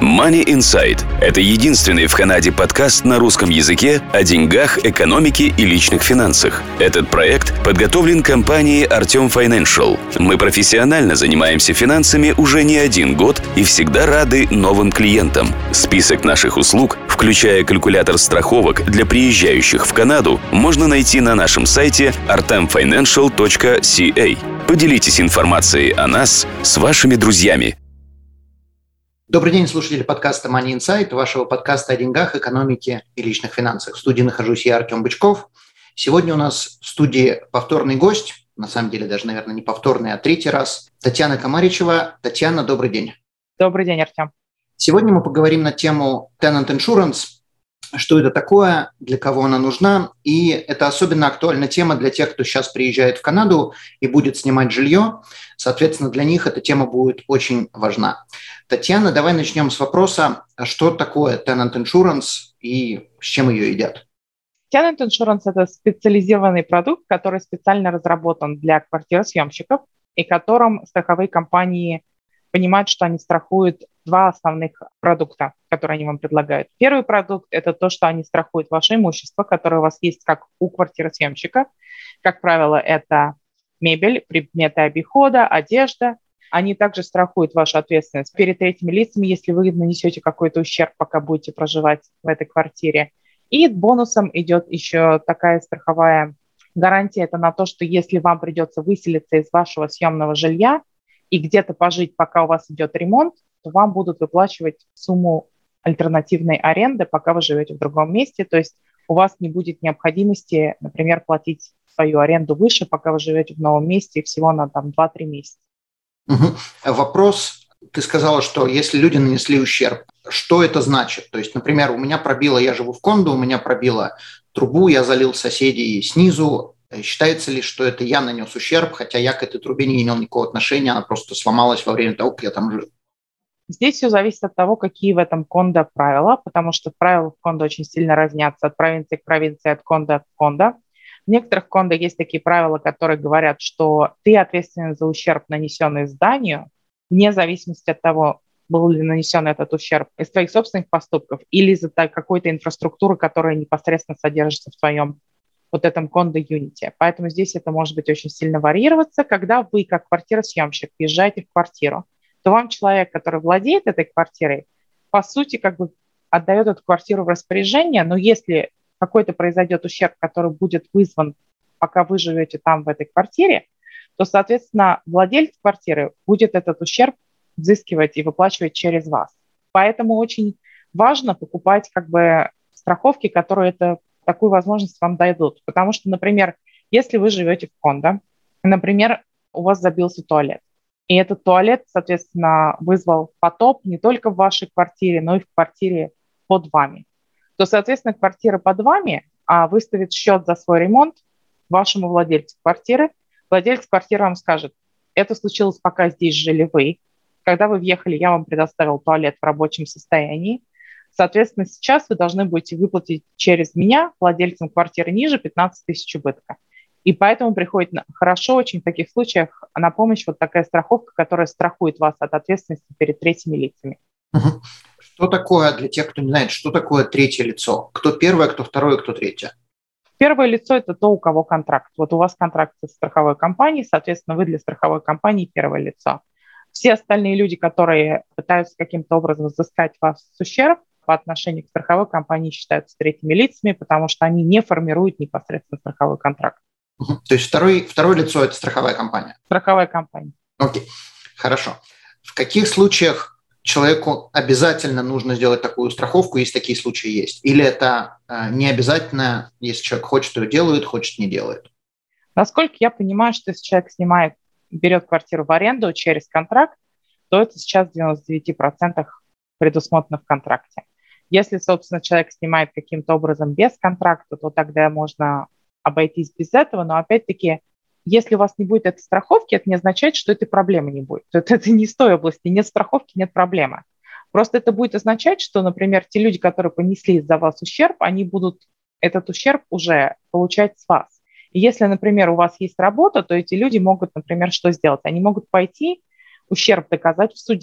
Money Insight – это единственный в Канаде подкаст на русском языке о деньгах, экономике и личных финансах. Этот проект подготовлен компанией Artem Financial. Мы профессионально занимаемся финансами уже не один год и всегда рады новым клиентам. Список наших услуг, включая калькулятор страховок для приезжающих в Канаду, можно найти на нашем сайте artemfinancial.ca. Поделитесь информацией о нас с вашими друзьями. Добрый день, слушатели подкаста Money Insight, вашего подкаста о деньгах, экономике и личных финансах. В студии нахожусь я, Артем Бычков. Сегодня у нас в студии повторный гость, на самом деле даже, наверное, не повторный, а третий раз, Татьяна Комаричева. Татьяна, добрый день. Добрый день, Артем. Сегодня мы поговорим на тему Tenant Insurance, что это такое, для кого она нужна, и это особенно актуальная тема для тех, кто сейчас приезжает в Канаду и будет снимать жилье. Соответственно, для них эта тема будет очень важна. Татьяна, давай начнем с вопроса, что такое Tenant Insurance и с чем ее едят? Tenant Insurance – это специализированный продукт, который специально разработан для квартиросъемщиков, и которым страховые компании понимают, что они страхуют два основных продукта, которые они вам предлагают. Первый продукт – это то, что они страхуют ваше имущество, которое у вас есть как у квартиросъемщика. Как правило, это мебель, предметы обихода, одежда. Они также страхуют вашу ответственность перед третьими лицами, если вы нанесете какой-то ущерб, пока будете проживать в этой квартире. И бонусом идет еще такая страховая гарантия. Это на то, что если вам придется выселиться из вашего съемного жилья и где-то пожить, пока у вас идет ремонт, то вам будут выплачивать сумму альтернативной аренды, пока вы живете в другом месте. То есть у вас не будет необходимости, например, платить свою аренду выше, пока вы живете в новом месте, всего на 2-3 месяца. Вопрос, ты сказала, что если люди нанесли ущерб, что это значит? То есть, например, у меня пробило, я живу в кондо, у меня пробило трубу, я залил соседей снизу. Считается ли, что это я нанес ущерб, хотя я к этой трубе не имел никакого отношения, она просто сломалась во время того, как я там жил? Здесь все зависит от того, какие в этом кондо правила, потому что правила в кондо очень сильно разнятся от провинции к провинции, от кондо к кондо. В некоторых кондо есть такие правила, которые говорят, что ты ответственен за ущерб, нанесенный зданию, вне зависимости от того, был ли нанесен этот ущерб из твоих собственных поступков или из-за какой-то инфраструктуры, которая непосредственно содержится в твоем вот этом кондо-юните. Поэтому здесь это может быть очень сильно варьироваться. Когда вы, как квартиросъемщик, въезжаете в квартиру, то вам человек, который владеет этой квартирой, по сути, отдает эту квартиру в распоряжение, но если какой-то произойдет ущерб, который будет вызван, пока вы живете там, в этой квартире, то, соответственно, владелец квартиры будет этот ущерб взыскивать и выплачивать через вас. Поэтому очень важно покупать страховки, которые такую возможность вам дадут. Потому что, например, если вы живете в кондо, например, у вас забился туалет, и этот туалет, соответственно, вызвал потоп не только в вашей квартире, но и в квартире под вами, то, соответственно, квартира под вами выставит счет за свой ремонт вашему владельцу квартиры. Владелец квартиры вам скажет: это случилось, пока здесь жили вы. Когда вы въехали, я вам предоставил туалет в рабочем состоянии. Соответственно, сейчас вы должны будете выплатить через меня, владельцам квартиры ниже, 15 тысяч убытка. И поэтому приходит хорошо очень в таких случаях на помощь вот такая страховка, которая страхует вас от ответственности перед третьими лицами. Что такое, для тех, кто не знает, что такое третье лицо? Кто первое, кто второе, кто третье? Первое лицо – это то, у кого контракт. Вот у вас контракт с страховой компанией, соответственно, вы для страховой компании первое лицо. Все остальные люди, которые пытаются каким-то образом взыскать вас с ущерб по отношению к страховой компании, считаются третьими лицами, потому что они не формируют непосредственно страховой контракт. То есть второе лицо – это страховая компания? Страховая компания. Окей, хорошо. В каких случаях человеку обязательно нужно сделать такую страховку, если такие случаи есть? Или это не обязательно, если человек хочет, то делает, хочет, не делает? Насколько я понимаю, что если человек берет квартиру в аренду через контракт, то это сейчас в 99% предусмотрено в контракте. Если, собственно, человек снимает каким-то образом без контракта, то тогда можно обойтись без этого, но опять-таки, если у вас не будет этой страховки, это не означает, что этой проблемы не будет. Это не из той области, нет страховки, нет проблемы. Просто это будет означать, что, например, те люди, которые понесли из-за вас ущерб, они будут этот ущерб уже получать с вас. И если, например, у вас есть работа, то эти люди могут, например, что сделать? Они могут пойти ущерб доказать в суде,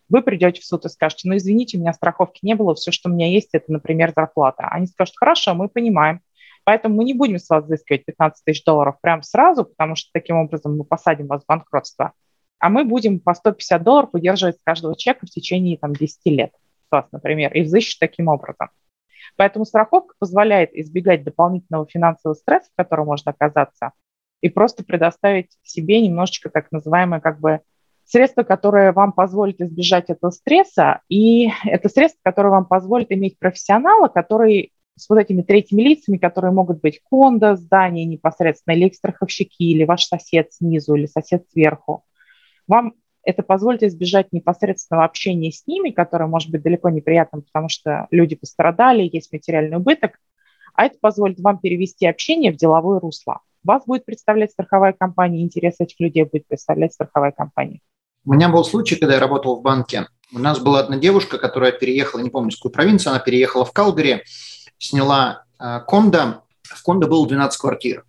Вы придете в суд и скажете, ну, извините, у меня страховки не было, все, что у меня есть, это, например, зарплата. Они скажут, хорошо, мы понимаем, поэтому мы не будем с вас взыскивать $15 тысяч прямо сразу, потому что таким образом мы посадим вас в банкротство, а мы будем по $150 удерживать с каждого чека в течение 10 лет, вас, например, и взыщут таким образом. Поэтому страховка позволяет избегать дополнительного финансового стресса, в котором можно оказаться, и просто предоставить себе немножечко так называемое средство, которое вам позволит избежать этого стресса, и это средство, которое вам позволит иметь профессионала, который с вот этими третьими лицами, которые могут быть кондо, здание непосредственно, или их страховщики, или ваш сосед снизу, или сосед сверху. Вам это позволит избежать непосредственного общения с ними, которое может быть далеко неприятным, потому что люди пострадали, есть материальный убыток, а это позволит вам перевести общение в деловое русло. Вас будет представлять страховая компания, интересы этих людей будет представлять страховая компания. У меня был случай, когда я работал в банке. У нас была одна девушка, которая переехала, не помню, с какой провинции, она переехала в Калгари, сняла кондо. В кондо было 12 квартир.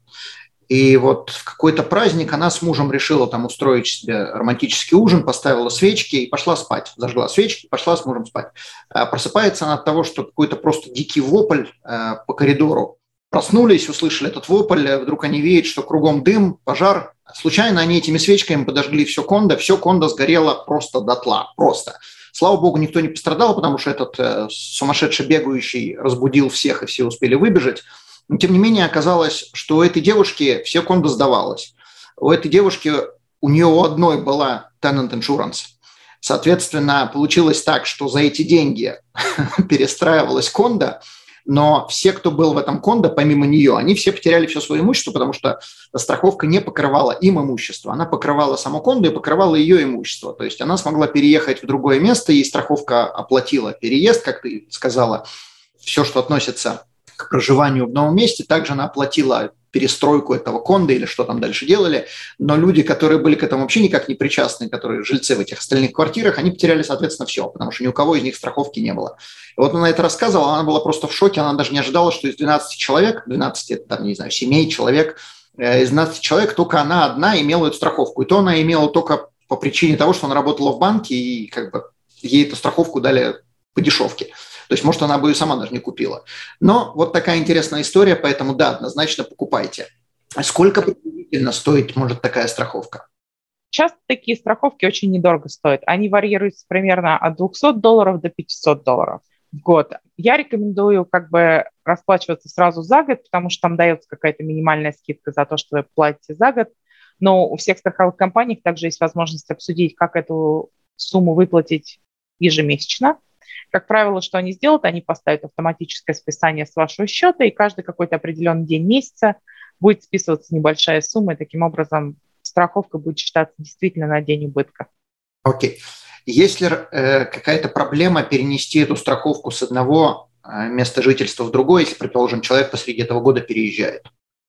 И вот в какой-то праздник она с мужем решила там устроить себе романтический ужин, поставила свечки и пошла спать. Зажгла свечки, пошла с мужем спать. Просыпается она от того, что какой-то просто дикий вопль по коридору. Проснулись, услышали этот вопль, вдруг они видят, что кругом дым, пожар. Случайно они этими свечками подожгли все кондо сгорело просто дотла, просто. Слава богу, никто не пострадал, потому что этот сумасшедший бегающий разбудил всех, и все успели выбежать. Но, тем не менее, оказалось, что у этой девушки все кондо сдавалось. У этой девушки, у нее у одной была tenant insurance. Соответственно, получилось так, что за эти деньги перестраивалась кондо, но все, кто был в этом кондо, помимо нее, они все потеряли все свое имущество, потому что страховка не покрывала им имущество. Она покрывала само кондо и покрывала ее имущество. То есть она смогла переехать в другое место, ей страховка оплатила переезд, как ты сказала, все, что относится к проживанию в новом месте. Также она оплатила перестройку этого кондо или что там дальше делали. Но люди, которые были к этому вообще никак не причастны, которые жильцы в этих остальных квартирах, они потеряли, соответственно, все, потому что ни у кого из них страховки не было. И вот она это рассказывала, она была просто в шоке, она даже не ожидала, что из 12 человек, 12, там, не знаю, семей, человек, из 12 человек только она одна имела эту страховку. И то она имела только по причине того, что она работала в банке, и ей эту страховку дали по дешевке. То есть, может, она бы ее сама даже не купила. Но вот такая интересная история, поэтому, да, однозначно покупайте. А сколько приблизительно стоит, может, такая страховка? Часто такие страховки очень недорого стоят. Они варьируются примерно от $200 до $500 в год. Я рекомендую расплачиваться сразу за год, потому что там дается какая-то минимальная скидка за то, что вы платите за год. Но у всех страховых компаний также есть возможность обсудить, как эту сумму выплатить ежемесячно. Как правило, что они сделают? Они поставят автоматическое списание с вашего счета, и каждый какой-то определенный день месяца будет списываться небольшая сумма, и таким образом страховка будет считаться действительно на день убытка. Окей. Есть ли какая-то проблема перенести эту страховку с одного места жительства в другое, если, предположим, человек посреди этого года переезжает?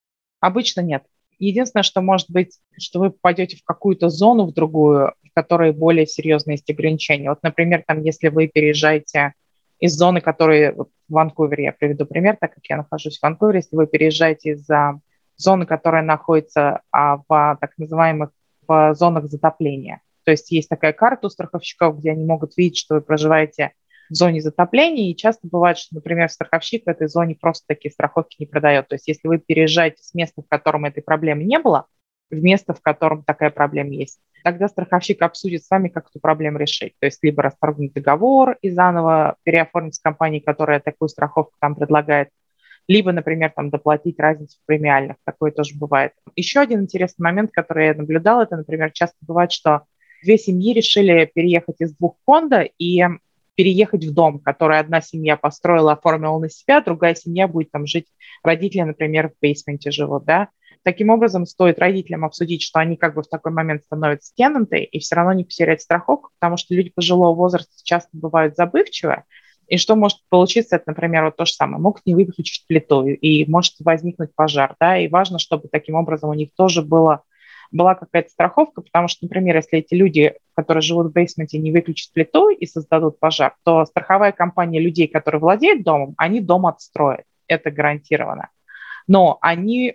Обычно нет. Единственное, что может быть, что вы попадете в какую-то зону, в другую, в которой более серьезные есть ограничения. Вот, например, если вы переезжаете из зоны, которые в Ванкувере, я приведу пример, так как я нахожусь в Ванкувере, если вы переезжаете из зоны, которая находится в так называемых в зонах затопления. То есть есть такая карта у страховщиков, где они могут видеть, что вы проживаете в зоне затопления, и часто бывает, что, например, страховщик в этой зоне просто такие страховки не продает. То есть если вы переезжаете с места, в котором этой проблемы не было, в место, в котором такая проблема есть, тогда страховщик обсудит с вами, как эту проблему решить. То есть либо расторгнуть договор и заново переоформить с компанией, которая такую страховку там предлагает, либо, например, доплатить разницу в премиальных. Такое тоже бывает. Еще один интересный момент, который я наблюдала, это, например, часто бывает, что две семьи решили переехать из двух кондо и переехать в дом, который одна семья построила, оформила на себя, другая семья будет там жить, родители, например, в бейсменте живут, да. Таким образом, стоит родителям обсудить, что они в такой момент становятся тенанты и все равно не потерять страховку, потому что люди пожилого возраста часто бывают забывчивы, и что может получиться, это, например, вот то же самое, могут не выключить плиту, и может возникнуть пожар, да, и важно, чтобы таким образом у них тоже была какая-то страховка, потому что, например, если эти люди, которые живут в бейсменте, не выключат плиту и создадут пожар, то страховая компания людей, которые владеют домом, они дом отстроят, это гарантированно. Но они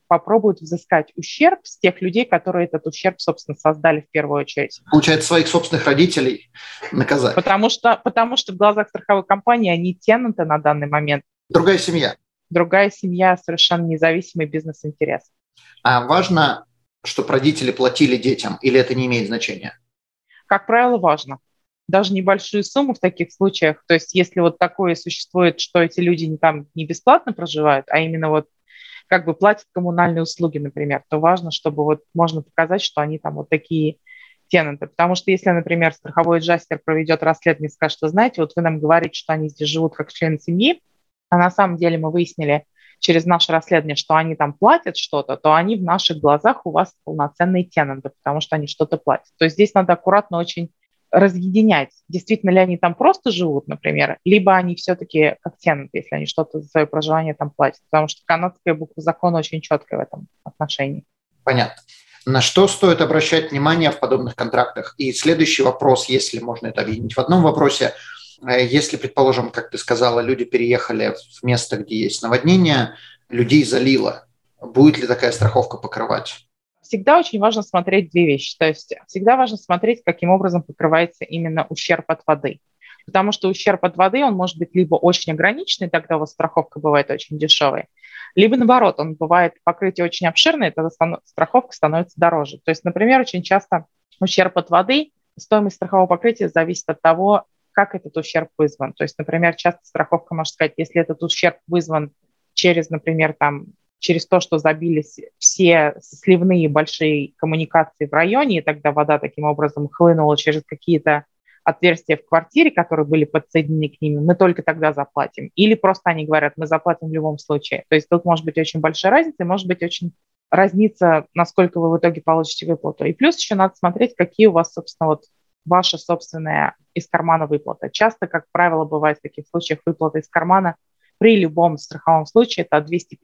попробуют взыскать ущерб с тех людей, которые этот ущерб, собственно, создали в первую очередь. Получается, своих собственных родителей наказать. Потому что в глазах страховой компании они тенанты на данный момент. Другая семья. Другая семья, совершенно независимый бизнес-интерес. А важно, чтобы родители платили детям, или это не имеет значения? Как правило, важно. Даже небольшую сумму в таких случаях, то есть если вот такое существует, что эти люди там не бесплатно проживают, а именно вот как бы платят коммунальные услуги, например, то важно, чтобы вот можно показать, что они там вот такие тенанты. Потому что если, например, страховой аджастер проведет расследование и скажет, что, знаете, вот вы нам говорите, что они здесь живут как члены семьи, а на самом деле мы выяснили через наше расследование, что они там платят что-то, то они в наших глазах у вас полноценные тенанты, потому что они что-то платят. То есть здесь надо аккуратно очень разъединять, действительно ли они там просто живут, например, либо они все-таки как тенанты, если они что-то за свое проживание там платят, потому что канадская буква закона очень четкая в этом отношении. Понятно. На что стоит обращать внимание в подобных контрактах? И следующий вопрос, если можно это объединить в одном вопросе, если, предположим, как ты сказала, люди переехали в место, где есть наводнение, людей залило, будет ли такая страховка покрывать? Всегда очень важно смотреть две вещи. То есть всегда важно смотреть, каким образом покрывается именно ущерб от воды. Потому что ущерб от воды, он может быть либо очень ограниченный, тогда у вас страховка бывает очень дешевой, либо наоборот, он бывает покрытие очень обширное, тогда страховка становится дороже. То есть, например, очень часто ущерб от воды, стоимость страхового покрытия зависит от того, как этот ущерб вызван. То есть, например, часто страховка может сказать, если этот ущерб вызван через, например, через то, что забились все сливные большие коммуникации в районе, и тогда вода таким образом хлынула через какие-то отверстия в квартире, которые были подсоединены к ним, мы только тогда заплатим. Или просто они говорят, мы заплатим в любом случае. То есть тут может быть очень большая разница, и может быть очень разница, насколько вы в итоге получите выплату. И плюс еще надо смотреть, какие у вас, собственно, вот ваша собственная из кармана выплата. Часто, как правило, бывает в таких случаях выплата из кармана при любом страховом случае это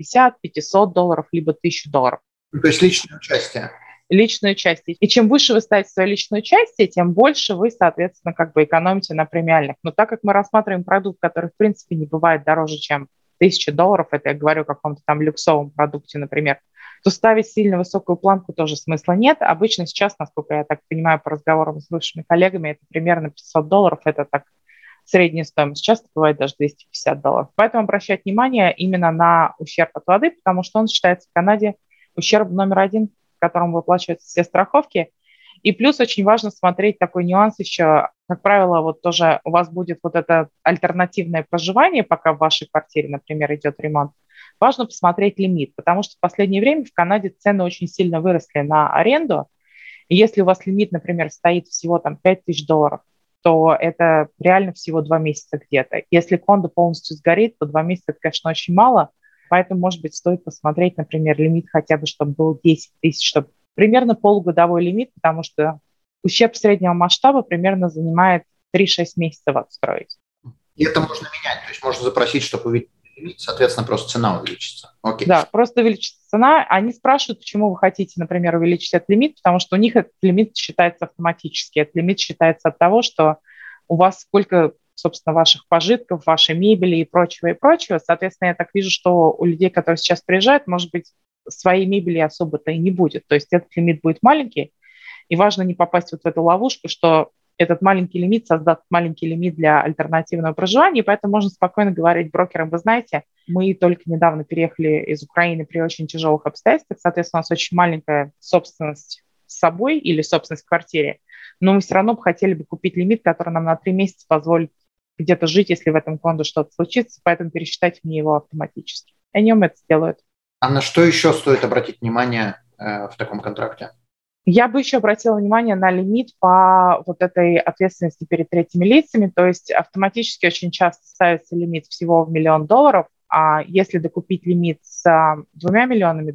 $250-500, либо $1000. То есть личное участие. Личное участие. И чем выше вы ставите свое личное участие, тем больше вы, соответственно, как бы экономите на премиальных. Но так как мы рассматриваем продукт, который, в принципе, не бывает дороже, чем $1000, это я говорю о каком-то там люксовом продукте, например, то ставить сильно высокую планку тоже смысла нет. Обычно сейчас, насколько я так понимаю по разговорам с бывшими коллегами, это примерно $500, это так средняя стоимость. Часто бывает даже $250. Поэтому обращать внимание именно на ущерб от воды, потому что он считается в Канаде ущерб номер один, в котором выплачиваются все страховки. И плюс очень важно смотреть такой нюанс еще. Как правило, вот тоже у вас будет вот это альтернативное проживание, пока в вашей квартире, например, идет ремонт. Важно посмотреть лимит, потому что в последнее время в Канаде цены очень сильно выросли на аренду. И если у вас лимит, например, стоит всего там $5000, то это реально всего 2 месяца где-то. Если кондо полностью сгорит, то 2 месяца, это, конечно, очень мало. Поэтому, может быть, стоит посмотреть, например, лимит хотя бы, чтобы был 10 тысяч, чтобы примерно полугодовой лимит, потому что ущерб среднего масштаба примерно занимает 3-6 месяцев отстроить. И это можно менять, то есть можно запросить, чтобы увидеть лимит, соответственно, просто цена увеличится. Окей. Да, просто увеличится цена. Они спрашивают, почему вы хотите, например, увеличить этот лимит, потому что у них этот лимит считается автоматически. Этот лимит считается от того, что у вас сколько, собственно, ваших пожитков, вашей мебели и прочего, и прочего. Соответственно, я так вижу, что у людей, которые сейчас приезжают, может быть, своей мебели особо-то и не будет. То есть этот лимит будет маленький, и важно не попасть вот в эту ловушку, что этот маленький лимит создаст маленький лимит для альтернативного проживания, и поэтому можно спокойно говорить брокерам, вы знаете, мы только недавно переехали из Украины при очень тяжелых обстоятельствах, соответственно, у нас очень маленькая собственность с собой или собственность в квартире, но мы все равно бы хотели бы купить лимит, который нам на 3 месяца позволит где-то жить, если в этом кондо что-то случится, поэтому пересчитать мне его автоматически. И они это сделают. А на что еще стоит обратить внимание в таком контракте? Я бы еще обратила внимание на лимит по вот этой ответственности перед третьими лицами, то есть автоматически очень часто ставится лимит всего в $1 миллион, а если докупить лимит с $2 миллионами,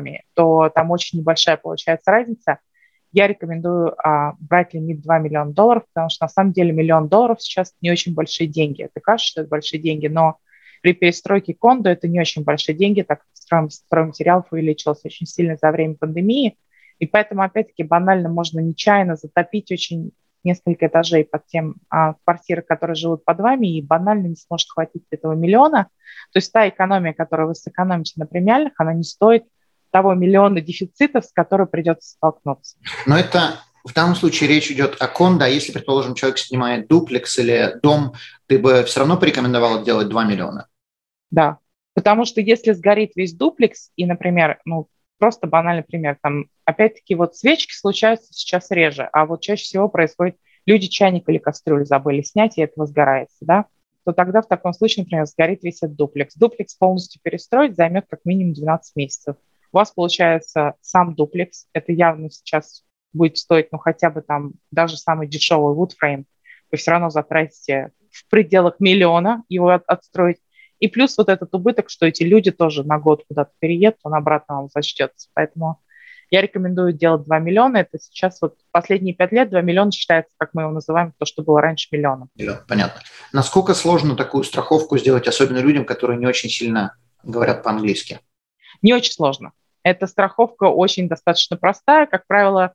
то там очень небольшая получается разница. Я рекомендую брать лимит $2 миллиона, потому что на самом деле $1 миллион сейчас не очень большие деньги. Это кажется, что это большие деньги, но при перестройке кондо это не очень большие деньги, так как стоимость стройматериалов увеличилась очень сильно за время пандемии. И поэтому, опять-таки, банально можно нечаянно затопить очень несколько этажей под тем квартиры, которые живут под вами, и банально не сможет хватить этого $1 миллиона. То есть та экономия, которую вы сэкономите на премиальных, она не стоит того миллиона дефицитов, с которыми придется столкнуться. Но это в данном случае речь идет о кондо. А если, предположим, человек снимает дуплекс или дом, ты бы все равно порекомендовал делать 2 миллиона? Да, потому что если сгорит весь дуплекс, и, например, просто банальный пример, там, опять-таки, вот свечки случаются сейчас реже, а вот чаще всего происходит, люди чайник или кастрюлю забыли снять, и это возгорается, да, то тогда в таком случае, например, сгорит весь этот дуплекс. Дуплекс полностью перестроить займет как минимум 12 месяцев. У вас получается сам дуплекс, это явно сейчас будет стоить, хотя бы там даже самый дешевый wood frame, вы все равно затратите в пределах миллиона его отстроить. И плюс вот этот убыток, что эти люди тоже на год куда-то переедут, он обратно вам зачтется. Поэтому я рекомендую делать 2 миллиона. Это сейчас вот последние 5 лет 2 миллиона считается, как мы его называем, то, что было раньше миллионом. Понятно. Насколько сложно такую страховку сделать, особенно людям, которые не очень сильно говорят по-английски? Не очень сложно. Эта страховка очень достаточно простая. Как правило,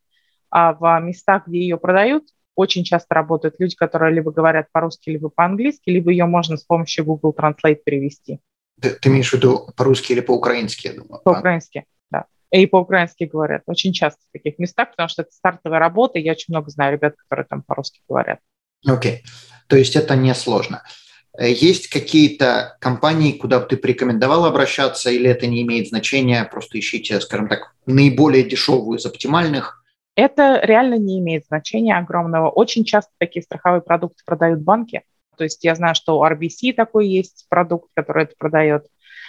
в местах, где ее продают, очень часто работают люди, которые либо говорят по-русски, либо по-английски, либо ее можно с помощью Google Translate перевести. Ты имеешь в виду по-русски или по-украински, я думаю? По-украински, да. И по-украински говорят очень часто в таких местах, потому что это стартовая работа, и я очень много знаю ребят, которые там по-русски говорят. Окей. То есть это не сложно. Есть какие-то компании, куда бы ты порекомендовал обращаться, или это не имеет значения, просто ищите, скажем так, наиболее дешевую из оптимальных? Это реально не имеет значения огромного. Очень часто такие страховые продукты продают банки. То есть я знаю, что у RBC такой есть продукт, который это продает,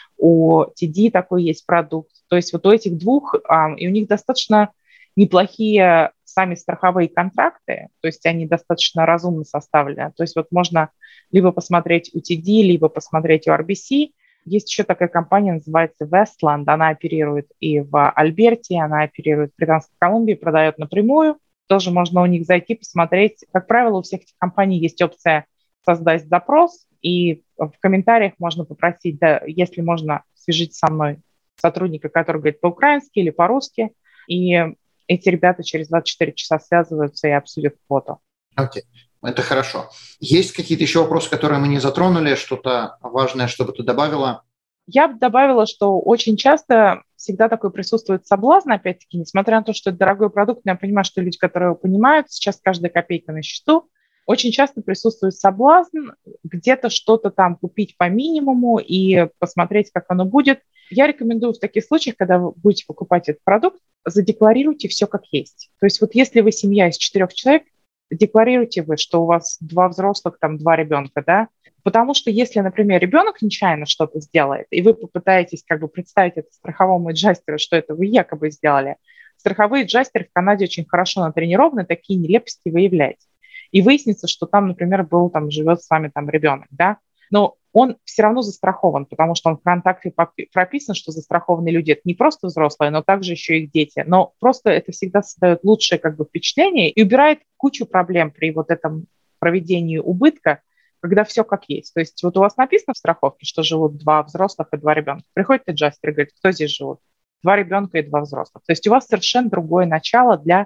у TD такой есть продукт. То есть вот у этих двух, и у них достаточно неплохие сами страховые контракты, то есть они достаточно разумно составлены. То есть вот можно либо посмотреть у TD, либо посмотреть у RBC. Есть еще такая компания, называется Westland, она оперирует и в Альберте, она оперирует в Британской Колумбии, продает напрямую. Тоже можно у них зайти, посмотреть. Как правило, у всех этих компаний есть опция создать запрос, и в комментариях можно попросить, да, если можно, свяжитесь со мной сотрудника, который говорит по-украински или по-русски, и эти ребята через 24 часа связываются и обсудят квоту. Окей. Это хорошо. Есть какие-то еще вопросы, которые мы не затронули, что-то важное, чтобы ты добавила? Я бы добавила, что очень часто всегда такой присутствует соблазн, опять-таки, несмотря на то, что это дорогой продукт, но я понимаю, что люди, которые его понимают, сейчас каждая копейка на счету, очень часто присутствует соблазн где-то что-то там купить по минимуму и посмотреть, как оно будет. Я рекомендую в таких случаях, когда вы будете покупать этот продукт, задекларируйте все как есть. То есть вот если вы семья из 4 человек, декларируйте вы, что у вас 2 взрослых, там 2 ребенка, да? Потому что если, например, ребенок нечаянно что-то сделает, и вы попытаетесь как бы представить это страховому аджастеру, что это вы якобы сделали, страховые аджастеры в Канаде очень хорошо натренированы такие нелепости выявлять. И выяснится, что там, например, живет с вами там ребенок, да? Но он все равно застрахован, потому что он в контракте прописан, что застрахованные люди – это не просто взрослые, но также еще их дети. Но просто это всегда создает лучшее как бы впечатление и убирает кучу проблем при вот этом проведении убытка, когда все как есть. То есть вот у вас написано в страховке, что живут 2 взрослых и 2 ребенка. Приходит аджастер и говорит, кто здесь живут? 2 ребенка и 2 взрослых. То есть у вас совершенно другое начало для…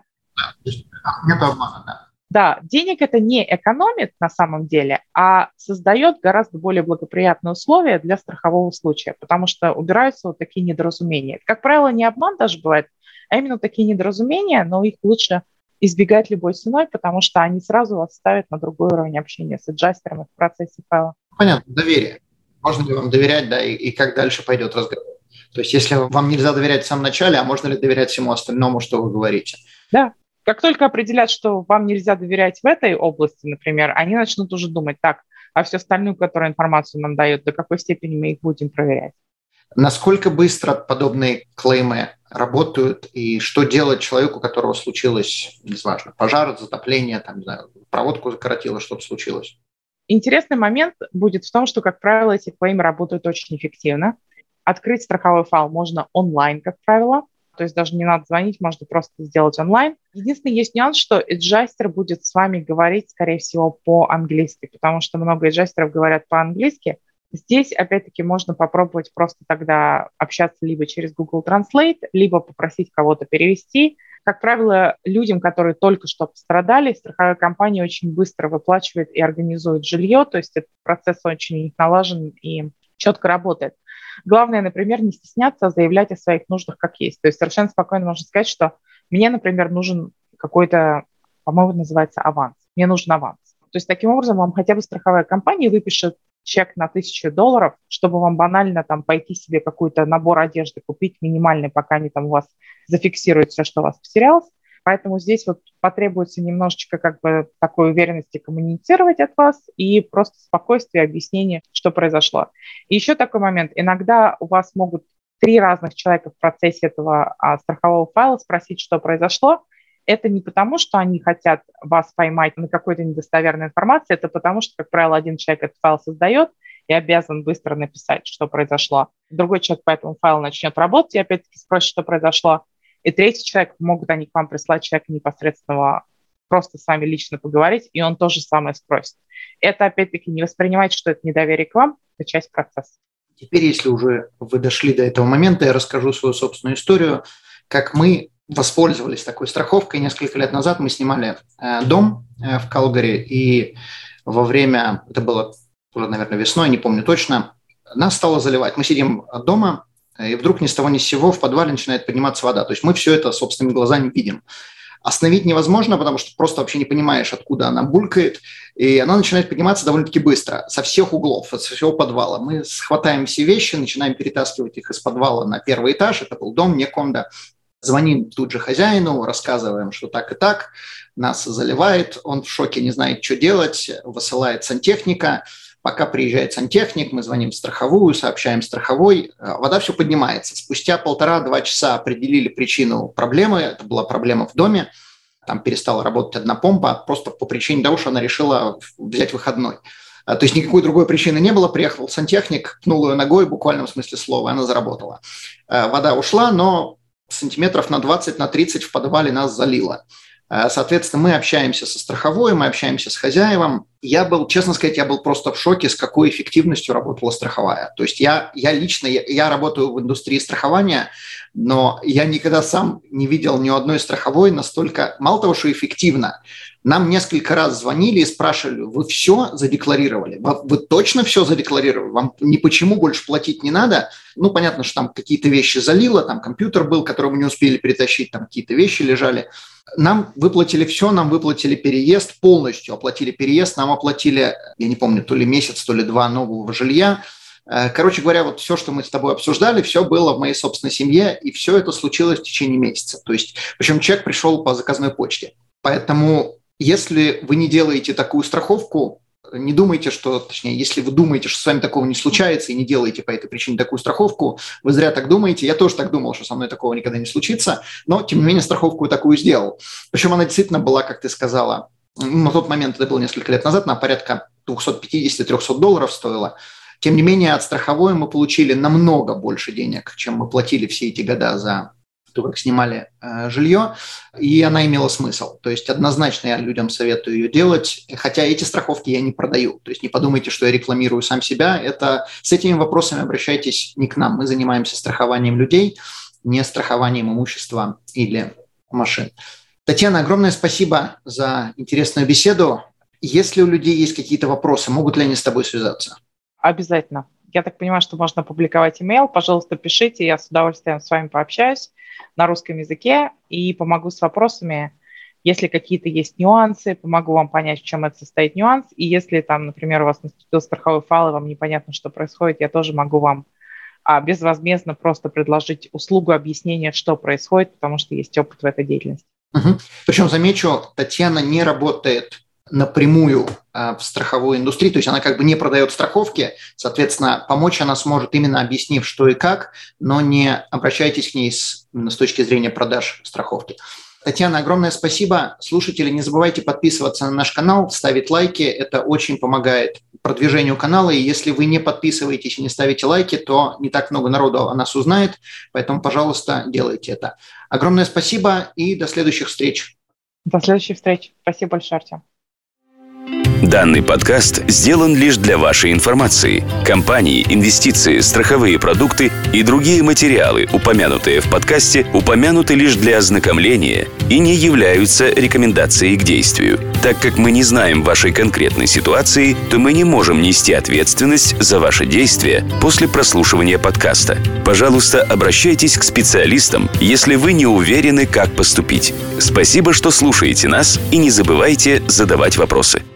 Нет обмана, да. Да, денег это не экономит на самом деле, а создает гораздо более благоприятные условия для страхового случая, потому что убираются вот такие недоразумения. Как правило, не обман даже бывает, а именно такие недоразумения, но их лучше избегать любой ценой, потому что они сразу вас ставят на другой уровень общения с аджастером и в процессе файла. Понятно, доверие. Можно ли вам доверять, да, и как дальше пойдет разговор? То есть если вам нельзя доверять в самом начале, а можно ли доверять всему остальному, что вы говорите? Да. Как только определят, что вам нельзя доверять в этой области, например, они начнут уже думать, так, а все остальную, которую информацию нам дают, до какой степени мы их будем проверять. Насколько быстро подобные клеймы работают, и что делать человеку, у которого случилось, неважно, пожар, затопление, там, не знаю, проводку закоротило, что-то случилось? Интересный момент будет в том, что, как правило, эти клеймы работают очень эффективно. Открыть страховой файл можно онлайн, как правило. То есть даже не надо звонить, можно просто сделать онлайн. Единственный есть нюанс, что эджастер будет с вами говорить, скорее всего, по-английски, потому что много эджастеров говорят по-английски. Здесь, опять-таки, можно попробовать просто тогда общаться либо через Google Translate, либо попросить кого-то перевести. Как правило, людям, которые только что пострадали, страховая компания очень быстро выплачивает и организует жилье, то есть этот процесс очень налажен и четко работает. Главное, например, не стесняться заявлять о своих нуждах как есть. То есть совершенно спокойно можно сказать, что мне, например, нужен какой-то, по-моему, называется аванс. Мне нужен аванс. То есть таким образом вам хотя бы страховая компания выпишет чек на $1000, чтобы вам банально там пойти себе какой-то набор одежды купить минимальный, пока они там у вас зафиксируют все, что у вас потерялось. Поэтому здесь вот потребуется немножечко как бы такой уверенности коммуницировать от вас и просто спокойствие, объяснение, что произошло. И еще такой момент. Иногда у вас могут 3 разных человека в процессе этого страхового файла спросить, что произошло. Это не потому, что они хотят вас поймать на какой-то недостоверной информации, это потому, что, как правило, один человек этот файл создает и обязан быстро написать, что произошло. Другой человек по этому файлу начнет работать и опять-таки спросит, что произошло. И третий человек, могут они к вам прислать человека непосредственно, просто с вами лично поговорить, и он тоже самое спросит. Это, опять-таки, не воспринимайте, что это недоверие к вам, это часть процесса. Теперь, если уже вы дошли до этого момента, я расскажу свою собственную историю, как мы воспользовались такой страховкой. Несколько лет назад мы снимали дом в Калгари, и во время, это было уже, наверное, весной, не помню точно, нас стало заливать. Мы сидим дома, и вдруг ни с того ни с сего в подвале начинает подниматься вода. То есть мы все это собственными глазами видим. Остановить невозможно, потому что просто вообще не понимаешь, откуда она булькает, и она начинает подниматься довольно-таки быстро, со всех углов, со всего подвала. Мы схватаем все вещи, начинаем перетаскивать их из подвала на первый этаж, это был дом, не кондо. Звоним тут же хозяину, рассказываем, что так и так, нас заливает, он в шоке, не знает, что делать, высылает сантехника. Пока приезжает сантехник, мы звоним в страховую, сообщаем страховой, вода все поднимается. Спустя 1,5-2 часа определили причину проблемы, это была проблема в доме, там перестала работать одна помпа, просто по причине того, что она решила взять выходной. То есть никакой другой причины не было, приехал сантехник, пнул ее ногой, в буквальном смысле слова, и она заработала. Вода ушла, но сантиметров на 20, на 30 в подвале нас залило. Соответственно, мы общаемся со страховой, мы общаемся с хозяевом. Я был, честно сказать, просто в шоке, с какой эффективностью работала страховая. То есть я лично работаю в индустрии страхования, но я никогда сам не видел ни одной страховой настолько, мало того, что эффективно. Нам несколько раз звонили и спрашивали: вы все задекларировали? Вы точно все задекларировали? Вам ни почему больше платить не надо? Ну, понятно, что там какие-то вещи залило, там компьютер был, который мы не успели перетащить, там какие-то вещи лежали. Нам выплатили все, нам выплатили переезд, полностью оплатили переезд, нам оплатили, я не помню, то ли месяц, то ли 2 нового жилья. Короче говоря, вот все, что мы с тобой обсуждали, все было в моей собственной семье, и все это случилось в течение месяца. То есть, причем чек пришел по заказной почте. Поэтому, если вы не делаете такую страховку, не думайте, точнее, если вы думаете, что с вами такого не случается и не делаете по этой причине такую страховку, вы зря так думаете. Я тоже так думал, что со мной такого никогда не случится, но, тем не менее, страховку такую сделал. Причем она действительно была, как ты сказала, на тот момент, это было несколько лет назад, на порядка $250-300 стоила. Тем не менее, от страховой мы получили намного больше денег, чем мы платили все эти года за то, как снимали жилье, и она имела смысл. То есть однозначно я людям советую ее делать, хотя эти страховки я не продаю. То есть не подумайте, что я рекламирую сам себя. С этими вопросами обращайтесь не к нам. Мы занимаемся страхованием людей, не страхованием имущества или машин. Татьяна, огромное спасибо за интересную беседу. Если у людей есть какие-то вопросы, могут ли они с тобой связаться? Обязательно. Я так понимаю, что можно опубликовать имейл. Пожалуйста, пишите, я с удовольствием с вами пообщаюсь на русском языке и помогу с вопросами. Если какие-то есть нюансы, помогу вам понять, в чем это состоит нюанс. И если там, например, у вас наступил страховой файл, и вам непонятно, что происходит, я тоже могу вам безвозмездно просто предложить услугу объяснения, что происходит, потому что есть опыт в этой деятельности. Причем, замечу, Татьяна не работает напрямую в страховой индустрии, то есть она как бы не продает страховки, соответственно, помочь она сможет, именно объяснив, что и как, но не обращайтесь к ней с точки зрения продаж страховки. Татьяна, огромное спасибо. Слушатели, не забывайте подписываться на наш канал, ставить лайки, это очень помогает продвижению канала, и если вы не подписываетесь и не ставите лайки, то не так много народу о нас узнает, поэтому, пожалуйста, делайте это. Огромное спасибо и до следующих встреч. До следующих встреч. Спасибо большое, Артем. Данный подкаст сделан лишь для вашей информации. Компании, инвестиции, страховые продукты и другие материалы, упомянутые в подкасте, упомянуты лишь для ознакомления и не являются рекомендацией к действию. Так как мы не знаем вашей конкретной ситуации, то мы не можем нести ответственность за ваши действия после прослушивания подкаста. Пожалуйста, обращайтесь к специалистам, если вы не уверены, как поступить. Спасибо, что слушаете нас, и не забывайте задавать вопросы.